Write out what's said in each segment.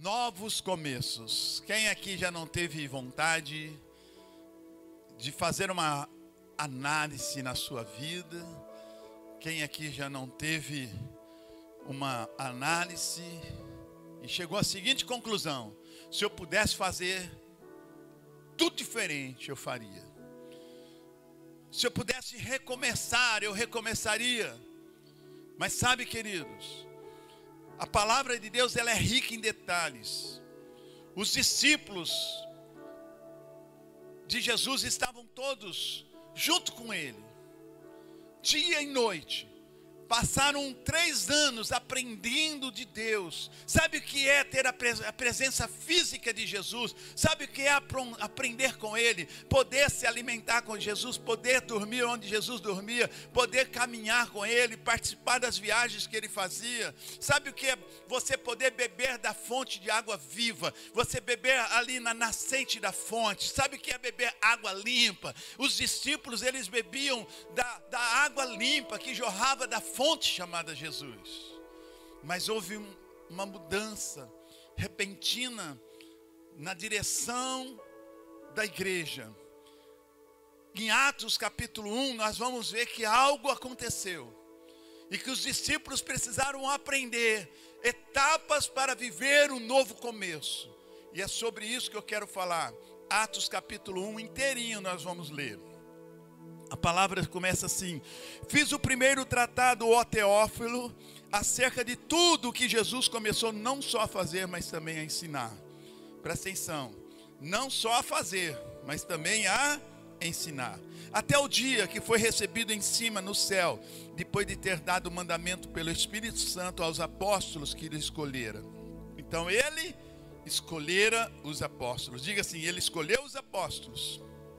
Novos começos. Quem aqui já não teve vontade de fazer uma análise na sua vida? Quem aqui já não teve uma análise e chegou à seguinte conclusão: se eu pudesse fazer tudo diferente, eu faria. Se eu pudesse recomeçar, eu recomeçaria. Mas sabe, queridos, a palavra de Deus, ela é rica em detalhes. Os discípulos de Jesus estavam todos junto com ele, dia e noite. Passaram 3 anos aprendendo de Deus. Sabe o que é ter a presença física de Jesus? Sabe o que é aprender com Ele? Poder se alimentar com Jesus, poder dormir onde Jesus dormia, poder caminhar com Ele, participar das viagens que Ele fazia. Sabe o que é você poder beber da fonte de água viva? Você beber ali na nascente da fonte. Sabe o que é beber água limpa? Os discípulos, eles bebiam da água limpa que jorrava da fonte chamada Jesus. Mas houve uma mudança repentina na direção da igreja. Em Atos capítulo 1, nós vamos ver que algo aconteceu e que os discípulos precisaram aprender etapas para viver um novo começo. E é sobre isso que eu quero falar. Atos capítulo 1 inteirinho nós vamos ler. A palavra começa assim: fiz o primeiro tratado, ó Teófilo, acerca de tudo que Jesus começou não só a fazer, mas também a ensinar. Presta atenção, não só a fazer, mas também a ensinar. Até o dia que foi recebido em cima no céu, depois de ter dado o mandamento pelo Espírito Santo aos apóstolos que ele escolhera. Então ele escolhera os apóstolos. Diga assim: ele escolheu os apóstolos.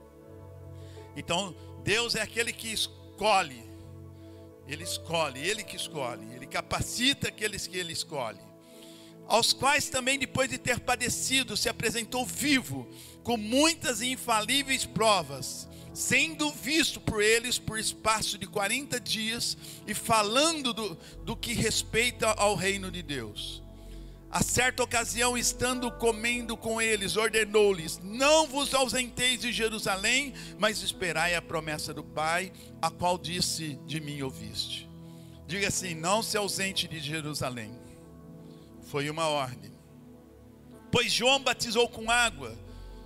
Então Deus é aquele que escolhe. Ele escolhe, Ele que escolhe. Ele capacita aqueles que Ele escolhe. Aos quais também, depois de ter padecido, se apresentou vivo, com muitas e infalíveis provas, sendo visto por eles por espaço de 40 dias, e falando do que respeita ao reino de Deus. A certa ocasião, estando comendo com eles, ordenou-lhes: não vos ausenteis de Jerusalém, mas esperai a promessa do Pai, a qual disse: de mim ouviste. Diga assim: não se ausente de Jerusalém. Foi uma ordem. Pois João batizou com água,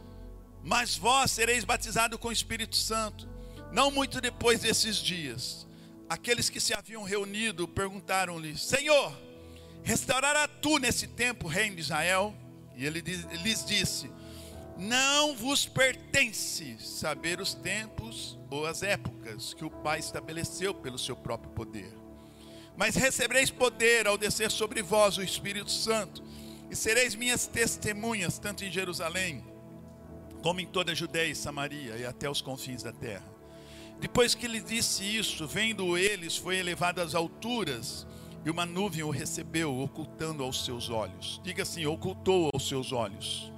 mas vós sereis batizados com o Espírito Santo, não muito depois desses dias. Aqueles que se haviam reunido perguntaram-lhe: Senhor, restaurará tu nesse tempo o reino de Israel? E ele lhes disse: não vos pertence saber os tempos ou as épocas que o Pai estabeleceu pelo seu próprio poder. Mas recebereis poder ao descer sobre vós o Espírito Santo, e sereis minhas testemunhas, tanto em Jerusalém, como em toda a Judeia e Samaria, e até os confins da terra. Depois que lhe disse isso, vendo eles, foi elevado às alturas, e uma nuvem o recebeu, ocultando aos seus olhos. Diga assim: ocultou aos seus olhos.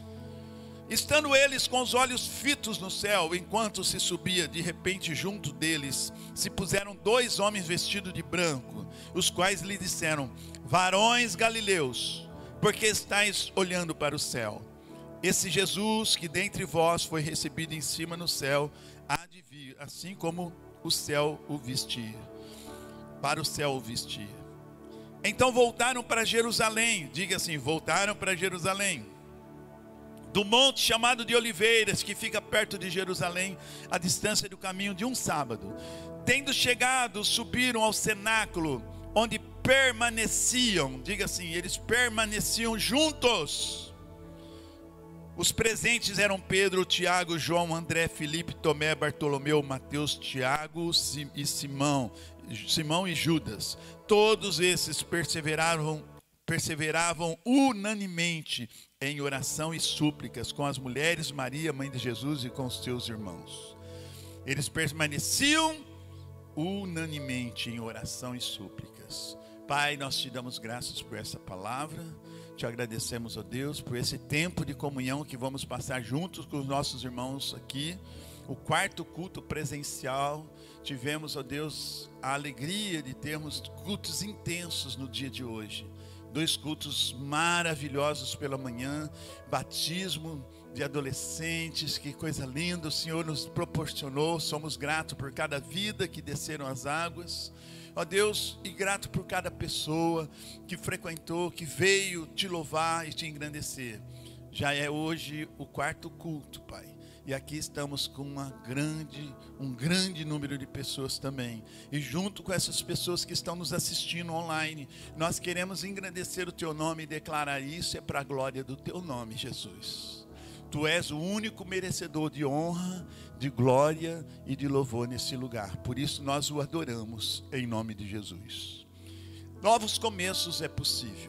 Estando eles com os olhos fitos no céu, enquanto se subia, de repente junto deles se puseram 2 homens vestidos de branco, os quais lhe disseram: varões galileus, por que estáis olhando para o céu? Esse Jesus que dentre vós foi recebido em cima no céu, há de vir, assim como o céu o vestia. Para o céu o vestia. Então voltaram para Jerusalém. Diga assim: voltaram para Jerusalém, do monte chamado de Oliveiras, que fica perto de Jerusalém, a distância do caminho de um sábado. Tendo chegado, subiram ao cenáculo, onde permaneciam. Diga assim: eles permaneciam juntos. Os presentes eram Pedro, Tiago, João, André, Filipe, Tomé, Bartolomeu, Mateus, Tiago e Simão e Judas. Todos esses perseveravam unanimemente em oração e súplicas com as mulheres, Maria, mãe de Jesus, e com os seus irmãos. Eles permaneciam unanimemente em oração e súplicas. Pai, nós te damos graças por essa palavra. Te agradecemos, ó Deus, por esse tempo de comunhão que vamos passar juntos com os nossos irmãos aqui. O 4º culto presencial. Tivemos, ó Deus, a alegria de termos cultos intensos no dia de hoje. 2 cultos maravilhosos pela manhã, batismo de adolescentes, que coisa linda o Senhor nos proporcionou. Somos gratos por cada vida que desceram as águas, ó Deus, e grato por cada pessoa que frequentou, que veio te louvar e te engrandecer. Já é hoje o 4º culto, Pai. E aqui estamos com um grande número de pessoas também. E junto com essas pessoas que estão nos assistindo online, nós queremos engrandecer o Teu nome e declarar isso é para a glória do Teu nome, Jesus. Tu és o único merecedor de honra, de glória e de louvor nesse lugar. Por isso nós o adoramos em nome de Jesus. Novos começos é possível.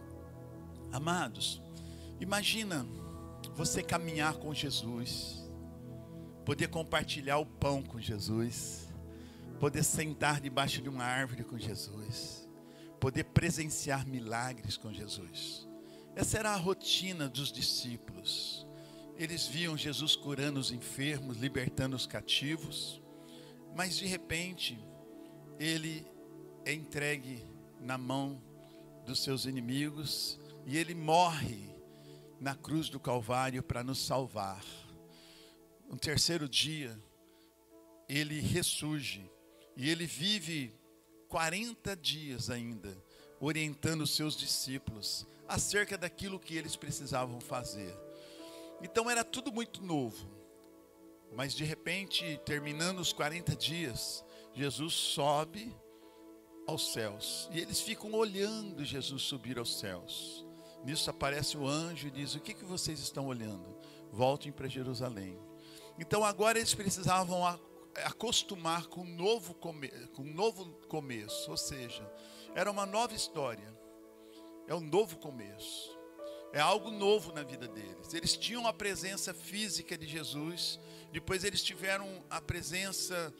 Amados, imagina você caminhar com Jesus, poder compartilhar o pão com Jesus, poder sentar debaixo de uma árvore com Jesus, poder presenciar milagres com Jesus. Essa era a rotina dos discípulos. Eles viam Jesus curando os enfermos, libertando os cativos, mas de repente ele é entregue na mão dos seus inimigos e ele morre na cruz do Calvário para nos salvar. No 3º dia, ele ressurge e ele vive 40 dias ainda, orientando os seus discípulos acerca daquilo que eles precisavam fazer. Então era tudo muito novo, mas de repente, terminando os 40 dias, Jesus sobe aos céus, e eles ficam olhando Jesus subir aos céus. Nisso aparece o anjo e diz: o que vocês estão olhando? Voltem para Jerusalém. Então agora eles precisavam acostumar com um novo começo, ou seja, era uma nova história, é um novo começo, é algo novo na vida deles. Eles tinham a presença física de Jesus, depois eles tiveram a presença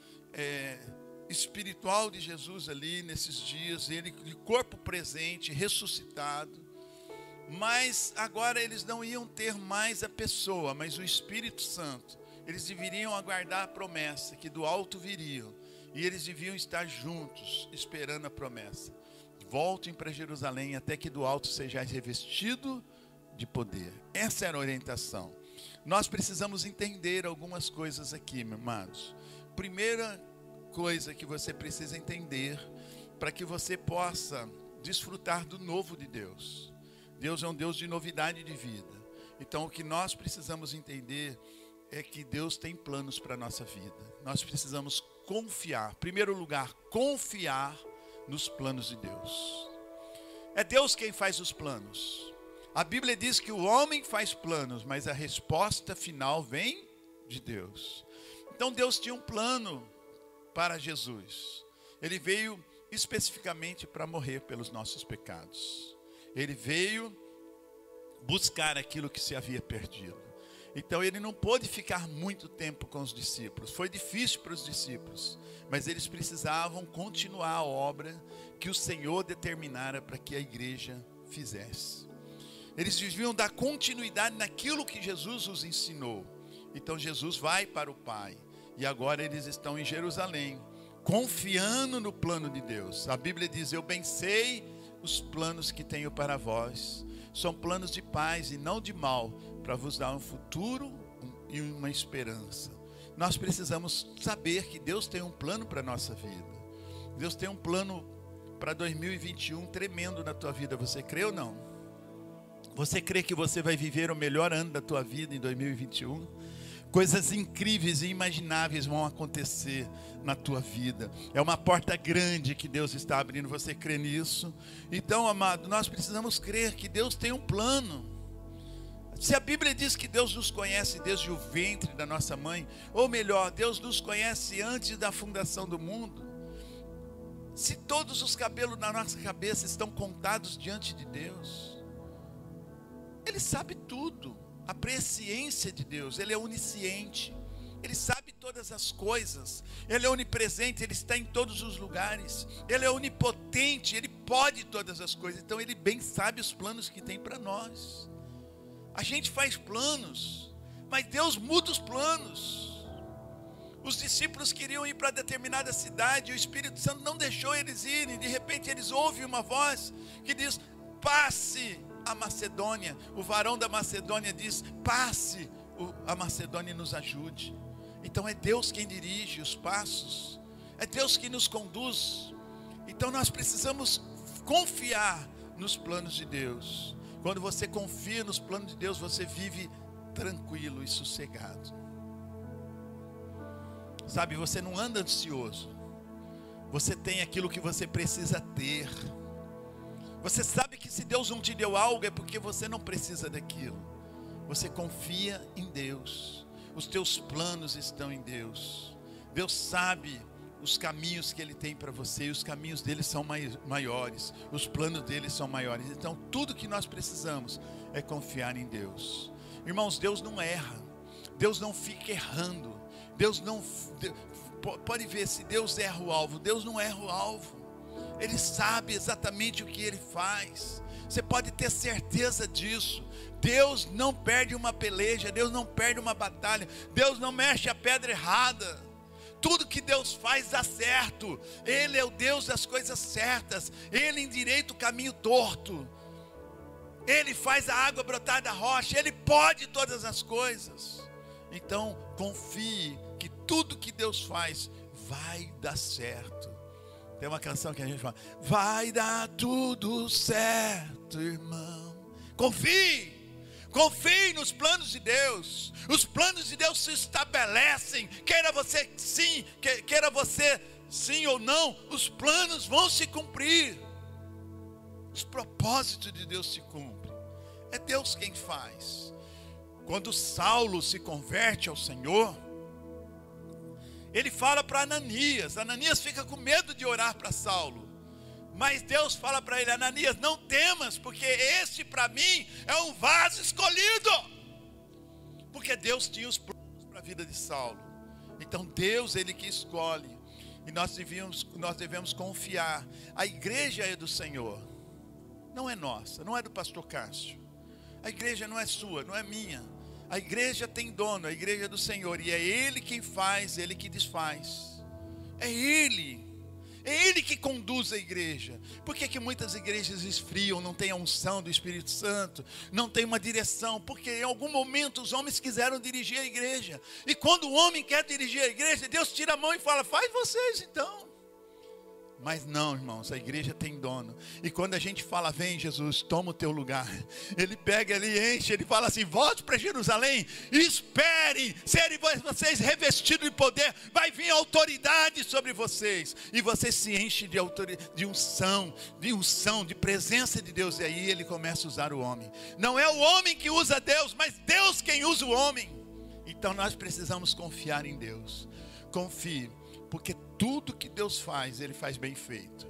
espiritual de Jesus ali nesses dias, ele de corpo presente, ressuscitado. Mas agora eles não iam ter mais a pessoa, mas o Espírito Santo. Eles deveriam aguardar a promessa que do alto viriam, e eles deviam estar juntos, esperando a promessa. Voltem para Jerusalém até que do alto sejais revestido de poder. Essa era a orientação. Nós precisamos entender algumas coisas aqui, meus amados. Primeira coisa que você precisa entender, para que você possa desfrutar do novo de Deus. Deus é um Deus de novidade de vida. Então o que nós precisamos entender é que Deus tem planos para a nossa vida. Nós precisamos confiar, em primeiro lugar, confiar nos planos de Deus. É Deus quem faz os planos. A Bíblia diz que o homem faz planos, mas a resposta final vem de Deus. Então Deus tinha um plano para Jesus. Ele veio especificamente para morrer pelos nossos pecados. Ele veio buscar aquilo que se havia perdido. Então ele não pôde ficar muito tempo com os discípulos. Foi difícil para os discípulos, mas eles precisavam continuar a obra que o Senhor determinara para que a igreja fizesse. Eles deviam dar continuidade naquilo que Jesus os ensinou. Então Jesus vai para o Pai, e agora eles estão em Jerusalém, confiando no plano de Deus. A Bíblia diz: eu bem sei os planos que tenho para vós, são planos de paz e não de mal, para vos dar um futuro e uma esperança. Nós precisamos saber que Deus tem um plano para a nossa vida. Deus tem um plano para 2021 tremendo na tua vida. Você crê ou não? Você crê que você vai viver o melhor ano da tua vida em 2021? Coisas incríveis e imagináveis vão acontecer na tua vida. É uma porta grande que Deus está abrindo. Você crê nisso? Então, amado, nós precisamos crer que Deus tem um plano. Se a Bíblia diz que Deus nos conhece desde o ventre da nossa mãe, ou melhor, Deus nos conhece antes da fundação do mundo. Se todos os cabelos na nossa cabeça estão contados diante de Deus, Ele sabe tudo. A presciência de Deus, Ele é onisciente, Ele sabe todas as coisas, Ele é onipresente, Ele está em todos os lugares, Ele é onipotente, Ele pode todas as coisas. Então Ele bem sabe os planos que tem para nós. A gente faz planos, mas Deus muda os planos. Os discípulos queriam ir para determinada cidade, e o Espírito Santo não deixou eles irem. De repente eles ouvem uma voz que diz: passe a Macedônia. O varão da Macedônia diz: passe a Macedônia e nos ajude. Então é Deus quem dirige os passos, é Deus quem nos conduz. Então nós precisamos confiar nos planos de Deus. Quando você confia nos planos de Deus, você vive tranquilo e sossegado. Sabe, você não anda ansioso. Você tem aquilo que você precisa ter. Você sabe que se Deus não te deu algo, é porque você não precisa daquilo. Você confia em Deus. Os teus planos estão em Deus. Deus sabe os caminhos que Ele tem para você, e os caminhos dele são maiores, os planos dele são maiores. Então tudo que nós precisamos é confiar em Deus. Irmãos, Deus não erra, Deus não fica errando, pode ver, se Deus erra o alvo, Deus não erra o alvo. Ele sabe exatamente o que Ele faz. Você pode ter certeza disso. Deus não perde uma peleja, Deus não perde uma batalha, Deus não mexe a pedra errada. Tudo que Deus faz dá certo. Ele é o Deus das coisas certas. Ele endireita o caminho torto. Ele faz a água brotar da rocha. Ele pode todas as coisas. Então confie que tudo que Deus faz vai dar certo. Tem uma canção que a gente fala: vai dar tudo certo, irmão. Confie. Confie nos planos de Deus. Os planos de Deus se estabelecem. Queira você sim ou não, os planos vão se cumprir. Os propósitos de Deus se cumprem. É Deus quem faz. Quando Saulo se converte ao Senhor, ele fala para Ananias. Ananias fica com medo de orar para Saulo. Mas Deus fala para ele: Ananias, não temas, porque este para mim é um vaso escolhido. Porque Deus tinha os planos para a vida de Saulo. Então Deus, Ele que escolhe. E nós devemos confiar. A igreja é do Senhor, não é nossa, não é do pastor Cássio. A igreja não é sua, não é minha. A igreja tem dono, a igreja é do Senhor. E é Ele quem faz, Ele que desfaz. É Ele que conduz a igreja. Por que muitas igrejas esfriam, não tem a unção do Espírito Santo, não tem uma direção? Porque em algum momento os homens quiseram dirigir a igreja. E quando o homem quer dirigir a igreja, Deus tira a mão e fala: faz vocês então. Mas não, irmãos, a igreja tem dono. E quando a gente fala: vem Jesus, toma o teu lugar, Ele pega, Ele enche, Ele fala assim: volte para Jerusalém, esperem, serem vocês revestidos de poder, vai vir autoridade sobre vocês, e vocês se enchem de unção, de presença de Deus. E aí Ele começa a usar o homem. Não é o homem que usa Deus, mas Deus quem usa o homem. Então nós precisamos confiar em Deus. Confie, porque tudo que Deus faz, Ele faz bem feito.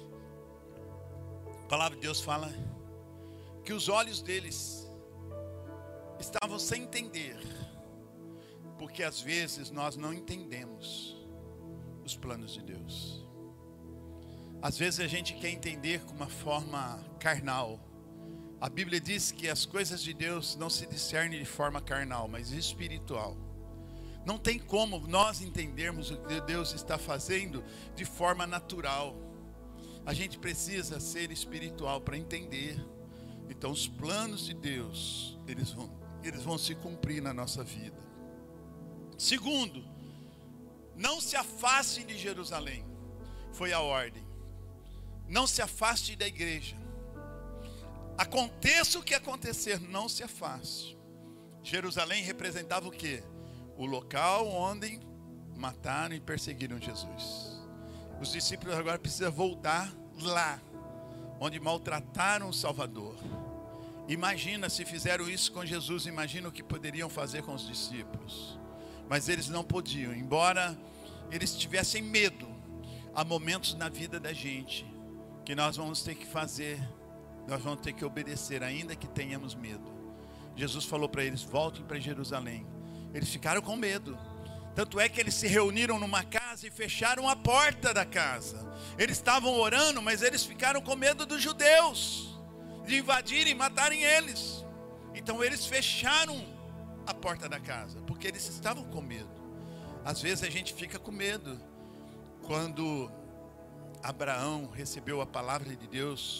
A palavra de Deus fala que os olhos deles estavam sem entender, porque às vezes nós não entendemos os planos de Deus. Às vezes a gente quer entender com uma forma carnal. A Bíblia diz que as coisas de Deus não se discernem de forma carnal, mas espiritual. Não tem como nós entendermos o que Deus está fazendo de forma natural. A gente precisa ser espiritual para entender. Então os planos de Deus, eles vão se cumprir na nossa vida. Segundo, não se afaste de Jerusalém. Foi a ordem. Não se afaste da igreja. Aconteça o que acontecer, não se afaste. Jerusalém representava o quê? O local onde mataram e perseguiram Jesus. Os discípulos agora precisam voltar lá, onde maltrataram o Salvador. Imagina se fizeram isso com Jesus, imagina o que poderiam fazer com os discípulos. Mas eles não podiam, embora eles tivessem medo. Há momentos na vida da gente que nós vamos ter que fazer, nós vamos ter que obedecer, ainda que tenhamos medo. Jesus falou para eles: voltem para Jerusalém. Eles ficaram com medo. Tanto é que eles se reuniram numa casa e fecharam a porta da casa. Eles estavam orando, mas eles ficaram com medo dos judeus, de invadirem e matarem eles. Então eles fecharam a porta da casa, porque eles estavam com medo. Às vezes a gente fica com medo. Quando Abraão recebeu a palavra de Deus,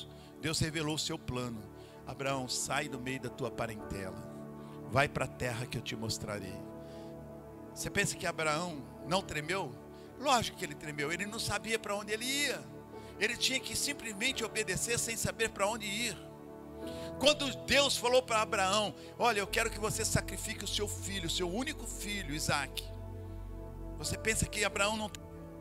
Deus revelou o seu plano. Abraão, sai do meio da tua parentela, vai para a terra que eu te mostrarei. Você pensa que Abraão não tremeu? Lógico que ele tremeu, ele não sabia para onde ele ia. Ele tinha que simplesmente obedecer sem saber para onde ir. Quando Deus falou para Abraão: olha, eu quero que você sacrifique o seu filho, o seu único filho, Isaque. Você pensa que Abraão não...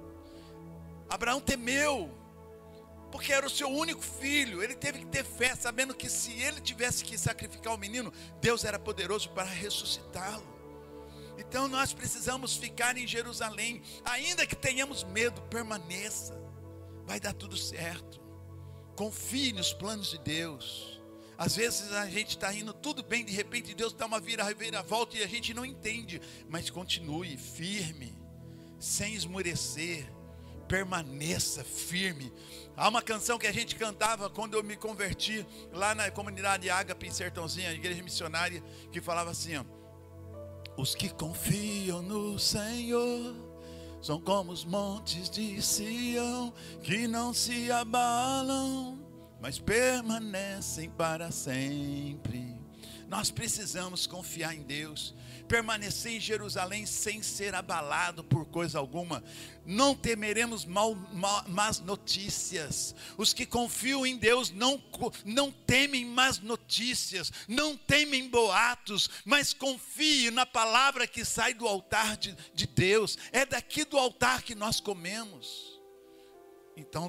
Abraão temeu, porque era o seu único filho. Ele teve que ter fé, sabendo que se ele tivesse que sacrificar o menino, Deus era poderoso para ressuscitá-lo. Então nós precisamos ficar em Jerusalém, ainda que tenhamos medo, permaneça, vai dar tudo certo. Confie nos planos de Deus. Às vezes a gente está indo tudo bem, de repente Deus dá uma vira-volta e a gente não entende. Mas continue firme, sem esmorecer, permaneça firme. Há uma canção que a gente cantava quando eu me converti, lá na comunidade Ágape em Sertãozinho, a igreja missionária, que falava assim, ó: os que confiam no Senhor são como os montes de Sião, que não se abalam, mas permanecem para sempre. Nós precisamos confiar em Deus, permanecer em Jerusalém sem ser abalado por coisa alguma. Não temeremos más notícias. Os que confiam em Deus não temem más notícias, não temem boatos, mas confie na palavra que sai do altar de Deus. É daqui do altar que nós comemos. Então,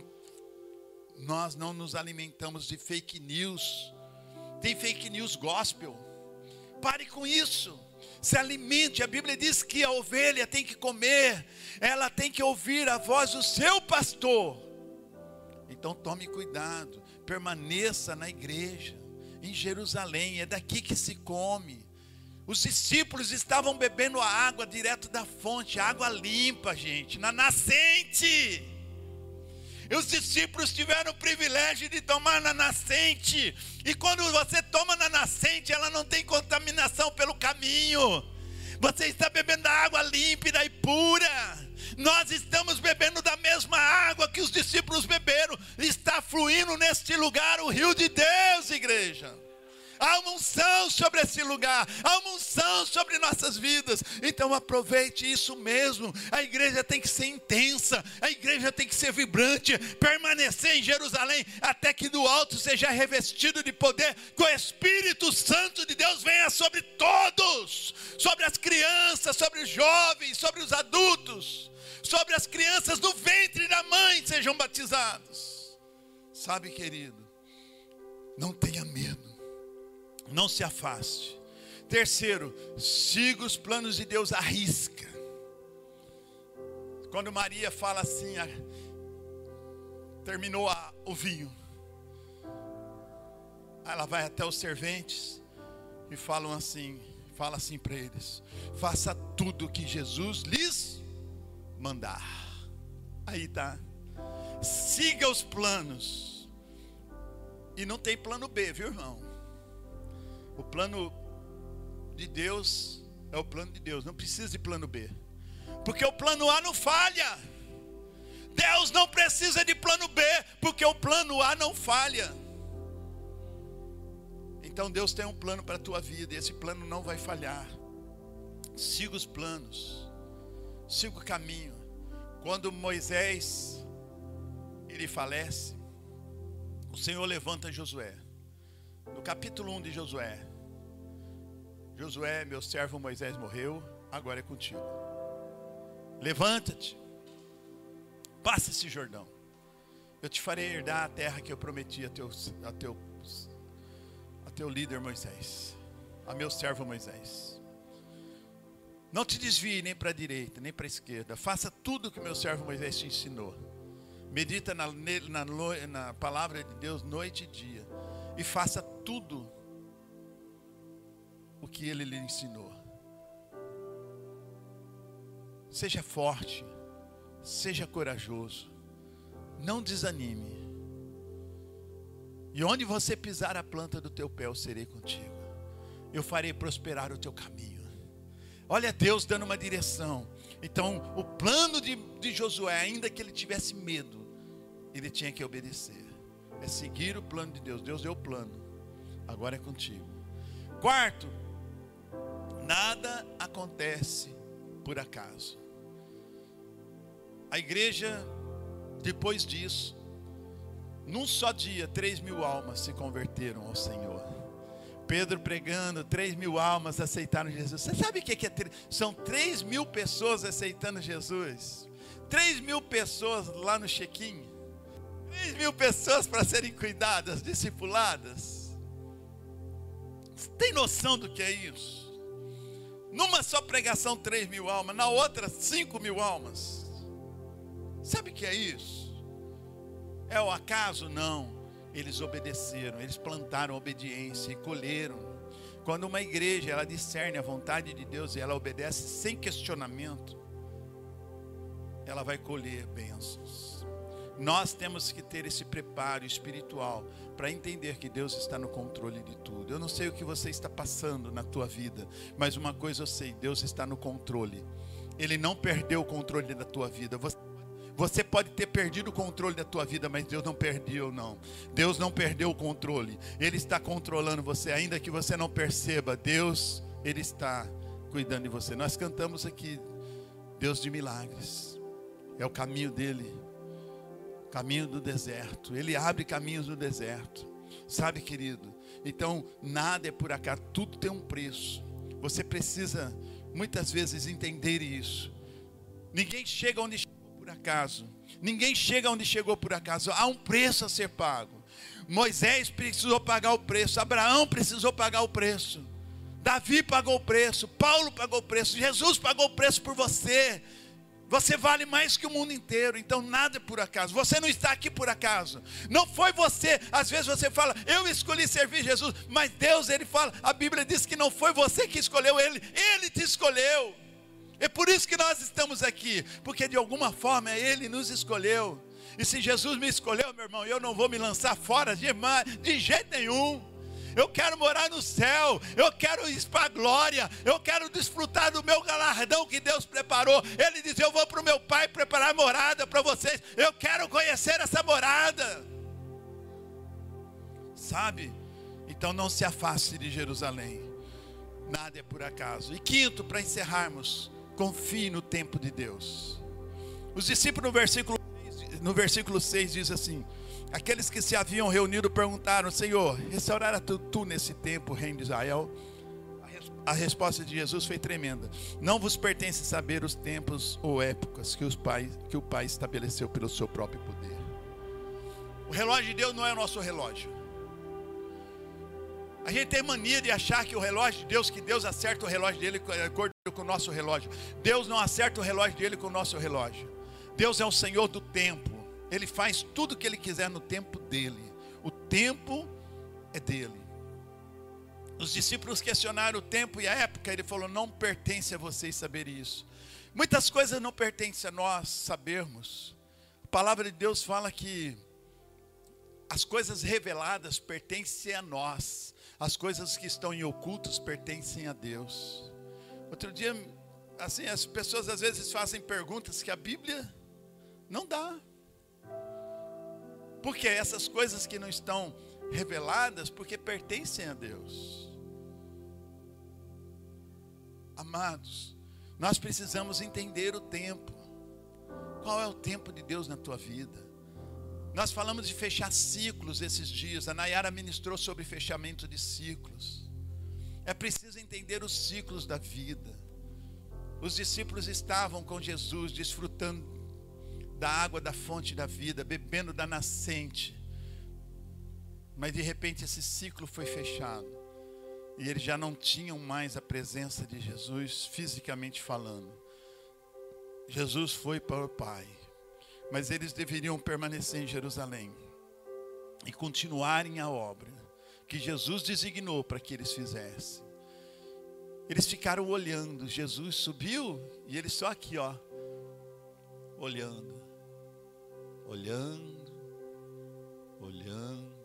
nós não nos alimentamos de fake news. Tem fake news gospel. Pare com isso. Se alimente. A Bíblia diz que a ovelha tem que comer, ela tem que ouvir a voz do seu pastor. Então tome cuidado, permaneça na igreja, em Jerusalém, é daqui que se come. Os discípulos estavam bebendo a água direto da fonte, água limpa, gente, na nascente. E os discípulos tiveram o privilégio de tomar na nascente. E quando você toma na nascente, ela não tem contaminação pelo caminho. Você está bebendo da água límpida e pura. Nós estamos bebendo da mesma água que os discípulos beberam. Está fluindo neste lugar o rio de Deus, igreja. Há uma unção sobre esse lugar, há uma unção sobre nossas vidas. Então aproveite isso mesmo. A igreja tem que ser intensa, a igreja tem que ser vibrante, permanecer em Jerusalém até que do alto seja revestido de poder, que o Espírito Santo de Deus venha sobre todos, sobre as crianças, sobre os jovens, sobre os adultos, sobre as crianças do ventre da mãe sejam batizados. Sabe, querido, não tenha medo. Não se afaste. Terceiro, siga os planos de Deus, arrisca. Quando Maria fala assim, terminou o vinho, ela vai até os serventes e fala assim para eles: faça tudo o que Jesus lhes mandar. Aí tá. Siga os planos. E não tem plano B, viu, irmão? O plano de Deus é o plano de Deus, não precisa de plano B, porque o plano A não falha. Deus não precisa de plano B, porque o plano A não falha. Então Deus tem um plano para a tua vida, e esse plano não vai falhar. Siga os planos, siga o caminho. Quando Moisés ele falece, o Senhor levanta Josué. No capítulo 1 de Josué: Josué, meu servo Moisés morreu, agora é contigo. Levanta-te, passa esse Jordão, eu te farei herdar a terra que eu prometi a teu líder Moisés, a meu servo Moisés. Não te desvie nem para a direita, nem para a esquerda. Faça tudo o que meu servo Moisés te ensinou. Medita na palavra de Deus noite e dia, e faça tudo o que ele lhe ensinou. Seja forte, seja corajoso, não desanime. E onde você pisar a planta do teu pé, eu serei contigo. Eu farei prosperar o teu caminho. Olha Deus dando uma direção. Então o plano de Josué, ainda que ele tivesse medo, ele tinha que obedecer. é seguir o plano de Deus. Deus deu o plano, agora é contigo. Quarto, nada acontece por acaso. A igreja, depois disso, num só dia, 3.000 almas se converteram ao Senhor. Pedro pregando, 3.000 almas aceitaram Jesus. Você sabe o que é? São 3.000 pessoas aceitando Jesus. 3.000 pessoas lá no check-in. 3.000 pessoas para serem cuidadas, discipuladas. Você tem noção do que é isso? Numa só pregação, 3.000 almas. Na outra, 5.000 almas. Sabe o que é isso? É o acaso? Não. Eles obedeceram, eles plantaram obediência e colheram. Quando uma igreja, ela discerne a vontade de Deus e ela obedece sem questionamento, ela vai colher bênçãos. Nós temos que ter esse preparo espiritual para entender que Deus está no controle de tudo. Eu não sei o que você está passando na tua vida, mas uma coisa eu sei, Deus está no controle. Ele não perdeu o controle da tua vida. Você pode ter perdido o controle da tua vida, mas Deus não perdeu, não. Deus não perdeu o controle. Ele está controlando você, ainda que você não perceba. Deus, Ele está cuidando de você. Nós cantamos aqui, Deus de milagres. É o caminho dEle, caminho do deserto. Ele abre caminhos no deserto. Sabe, querido? Então, nada é por acaso, tudo tem um preço. Você precisa, muitas vezes, entender isso. Ninguém chega onde chegou por acaso. Ninguém chega onde chegou por acaso. Há um preço a ser pago. Moisés precisou pagar o preço. Abraão precisou pagar o preço. Davi pagou o preço. Paulo pagou o preço. Jesus pagou o preço por você. Você vale mais que o mundo inteiro. Então nada é por acaso. Você não está aqui por acaso. Não foi você. Às vezes você fala, eu escolhi servir Jesus. Mas Deus, Ele fala, a Bíblia diz que não foi você que escolheu Ele. Ele te escolheu. É por isso que nós estamos aqui, porque de alguma forma Ele nos escolheu. E se Jesus me escolheu, meu irmão, eu não vou me lançar fora de jeito nenhum. Eu quero morar no céu, eu quero ir para a glória, eu quero desfrutar do meu galardão que Deus preparou. Ele diz, eu vou para o meu Pai preparar morada para vocês, eu quero conhecer essa morada. Sabe? Então não se afaste de Jerusalém, nada é por acaso. E quinto, para encerrarmos, confie no tempo de Deus. Os discípulos no versículo 6 diz assim: aqueles que se haviam reunido perguntaram, Senhor, restaurará tu nesse tempo o reino de Israel? A resposta de Jesus foi tremenda. Não vos pertence saber os tempos ou épocas que o Pai estabeleceu pelo seu próprio poder. O relógio de Deus não é o nosso relógio. A gente tem mania de achar que o relógio de Deus, que Deus acerta o relógio dele de acordo com o nosso relógio. Deus não acerta o relógio dele com o nosso relógio. Deus é o Senhor do tempo. Ele faz tudo o que Ele quiser no tempo dEle. O tempo é dEle. Os discípulos questionaram o tempo e a época. Ele falou, não pertence a vocês saber isso. Muitas coisas não pertencem a nós sabermos. A palavra de Deus fala que as coisas reveladas pertencem a nós. As coisas que estão em ocultos pertencem a Deus. Outro dia, assim, as pessoas às vezes fazem perguntas que a Bíblia não dá. Porque essas coisas que não estão reveladas, porque pertencem a Deus. Amados, nós precisamos entender o tempo. Qual é o tempo de Deus na tua vida? Nós falamos de fechar ciclos esses dias. A Nayara ministrou sobre fechamento de ciclos. É preciso entender os ciclos da vida. Os discípulos estavam com Jesus, desfrutando da água da fonte da vida, bebendo da nascente. Mas de repente esse ciclo foi fechado. E eles já não tinham mais a presença de Jesus, fisicamente falando. Jesus foi para o Pai. Mas eles deveriam permanecer em Jerusalém e continuarem a obra que Jesus designou para que eles fizessem. Eles ficaram olhando. Jesus subiu e eles só aqui, ó, olhando, olhando, olhando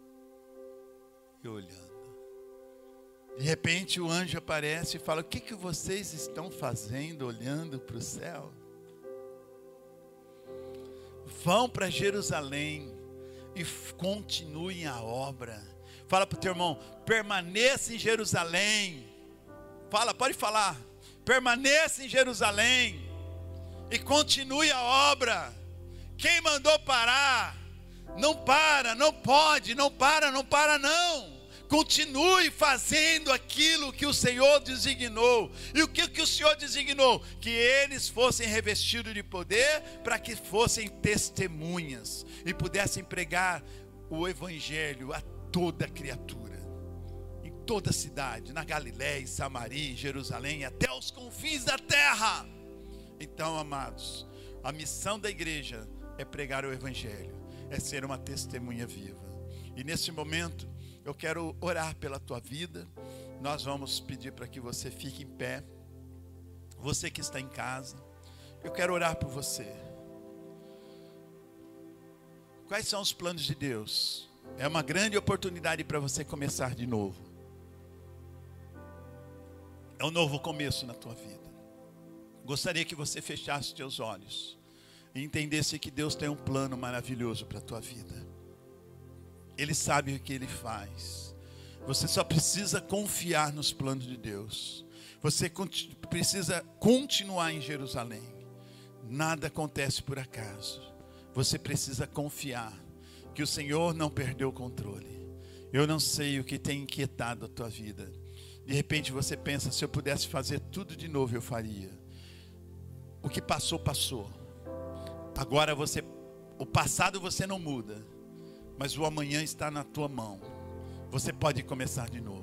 e olhando. De repente o anjo aparece e fala: o que vocês estão fazendo olhando para o céu? Vão para Jerusalém, e continuem a obra. Fala para o teu irmão, permaneça em Jerusalém. Fala, pode falar. Permaneça em Jerusalém e continue a obra. Quem mandou parar? Não para, não pode, não para não. Continue fazendo aquilo que o Senhor designou. E o que o Senhor designou? Que eles fossem revestidos de poder, para que fossem testemunhas e pudessem pregar o evangelho a toda criatura, em toda a cidade, na Galiléia, em Samaria, em Jerusalém, até os confins da terra. Então, amados, a missão da igreja é pregar o evangelho, é ser uma testemunha viva. E nesse momento eu quero orar pela tua vida. Nós vamos pedir para que você fique em pé. Você que está em casa, eu quero orar por você. Quais são os planos de Deus? É uma grande oportunidade para você começar de novo. É um novo começo na tua vida. Gostaria que você fechasse os teus olhos e entendesse que Deus tem um plano maravilhoso para a tua vida. Ele sabe o que Ele faz. Você só precisa confiar nos planos de Deus. Você precisa continuar em Jerusalém. Nada acontece por acaso. Você precisa confiar que o Senhor não perdeu o controle. Eu não sei o que tem inquietado a tua vida. De repente você pensa, se eu pudesse fazer tudo de novo, eu faria. O que passou, passou. Agora o passado você não muda, mas o amanhã está na tua mão. Você pode começar de novo.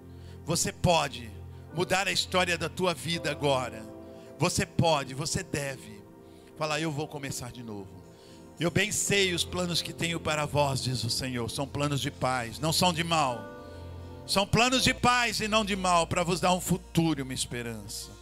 Você pode mudar a história da tua vida agora. Você pode, você deve falar, eu vou começar de novo. Eu bem sei os planos que tenho para vós, diz o Senhor. São planos de paz, não são de mal. São planos de paz e não de mal, para vos dar um futuro e uma esperança.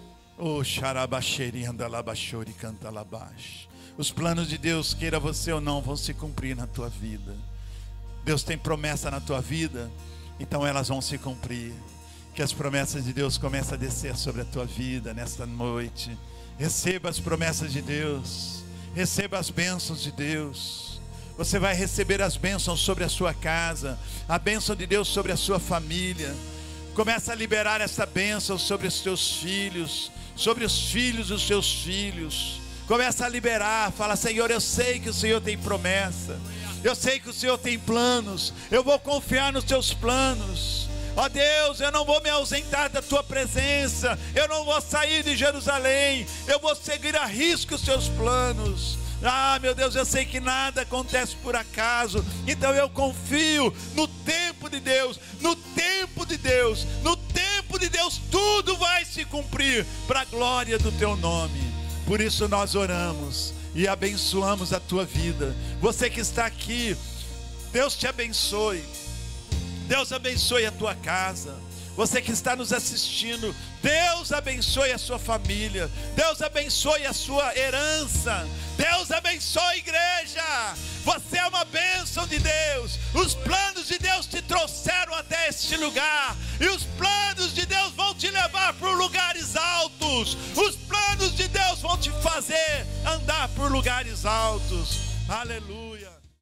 Oh, xarabaxeri andalabachori cantalabash. Os planos de Deus, queira você ou não, vão se cumprir na tua vida. Deus tem promessa na tua vida, então elas vão se cumprir. Que as promessas de Deus comecem a descer sobre a tua vida nesta noite. Receba as promessas de Deus. Receba as bênçãos de Deus. Você vai receber as bênçãos sobre a sua casa, a bênção de Deus sobre a sua família. Começa a liberar essa bênção sobre os teus filhos, sobre os filhos dos teus filhos. Começa a liberar, fala, Senhor, eu sei que o Senhor tem promessa, eu sei que o Senhor tem planos, eu vou confiar nos teus planos. Ó Deus, eu não vou me ausentar da tua presença, eu não vou sair de Jerusalém, eu vou seguir a risco os teus planos. Ah, meu Deus, eu sei que nada acontece por acaso, então eu confio no tempo de Deus, no tempo de Deus, no tempo de Deus, tudo vai se cumprir para a glória do teu nome. Por isso nós oramos e abençoamos a tua vida. Você que está aqui, Deus te abençoe. Deus abençoe a tua casa. Você que está nos assistindo, Deus abençoe a sua família. Deus abençoe a sua herança. Deus abençoe a igreja. Você é uma bênção de Deus. Os planos de Deus te trouxeram até este lugar. E os planos de Deus vão te levar por lugares altos. Os planos de Deus vão te fazer andar por lugares altos. Aleluia.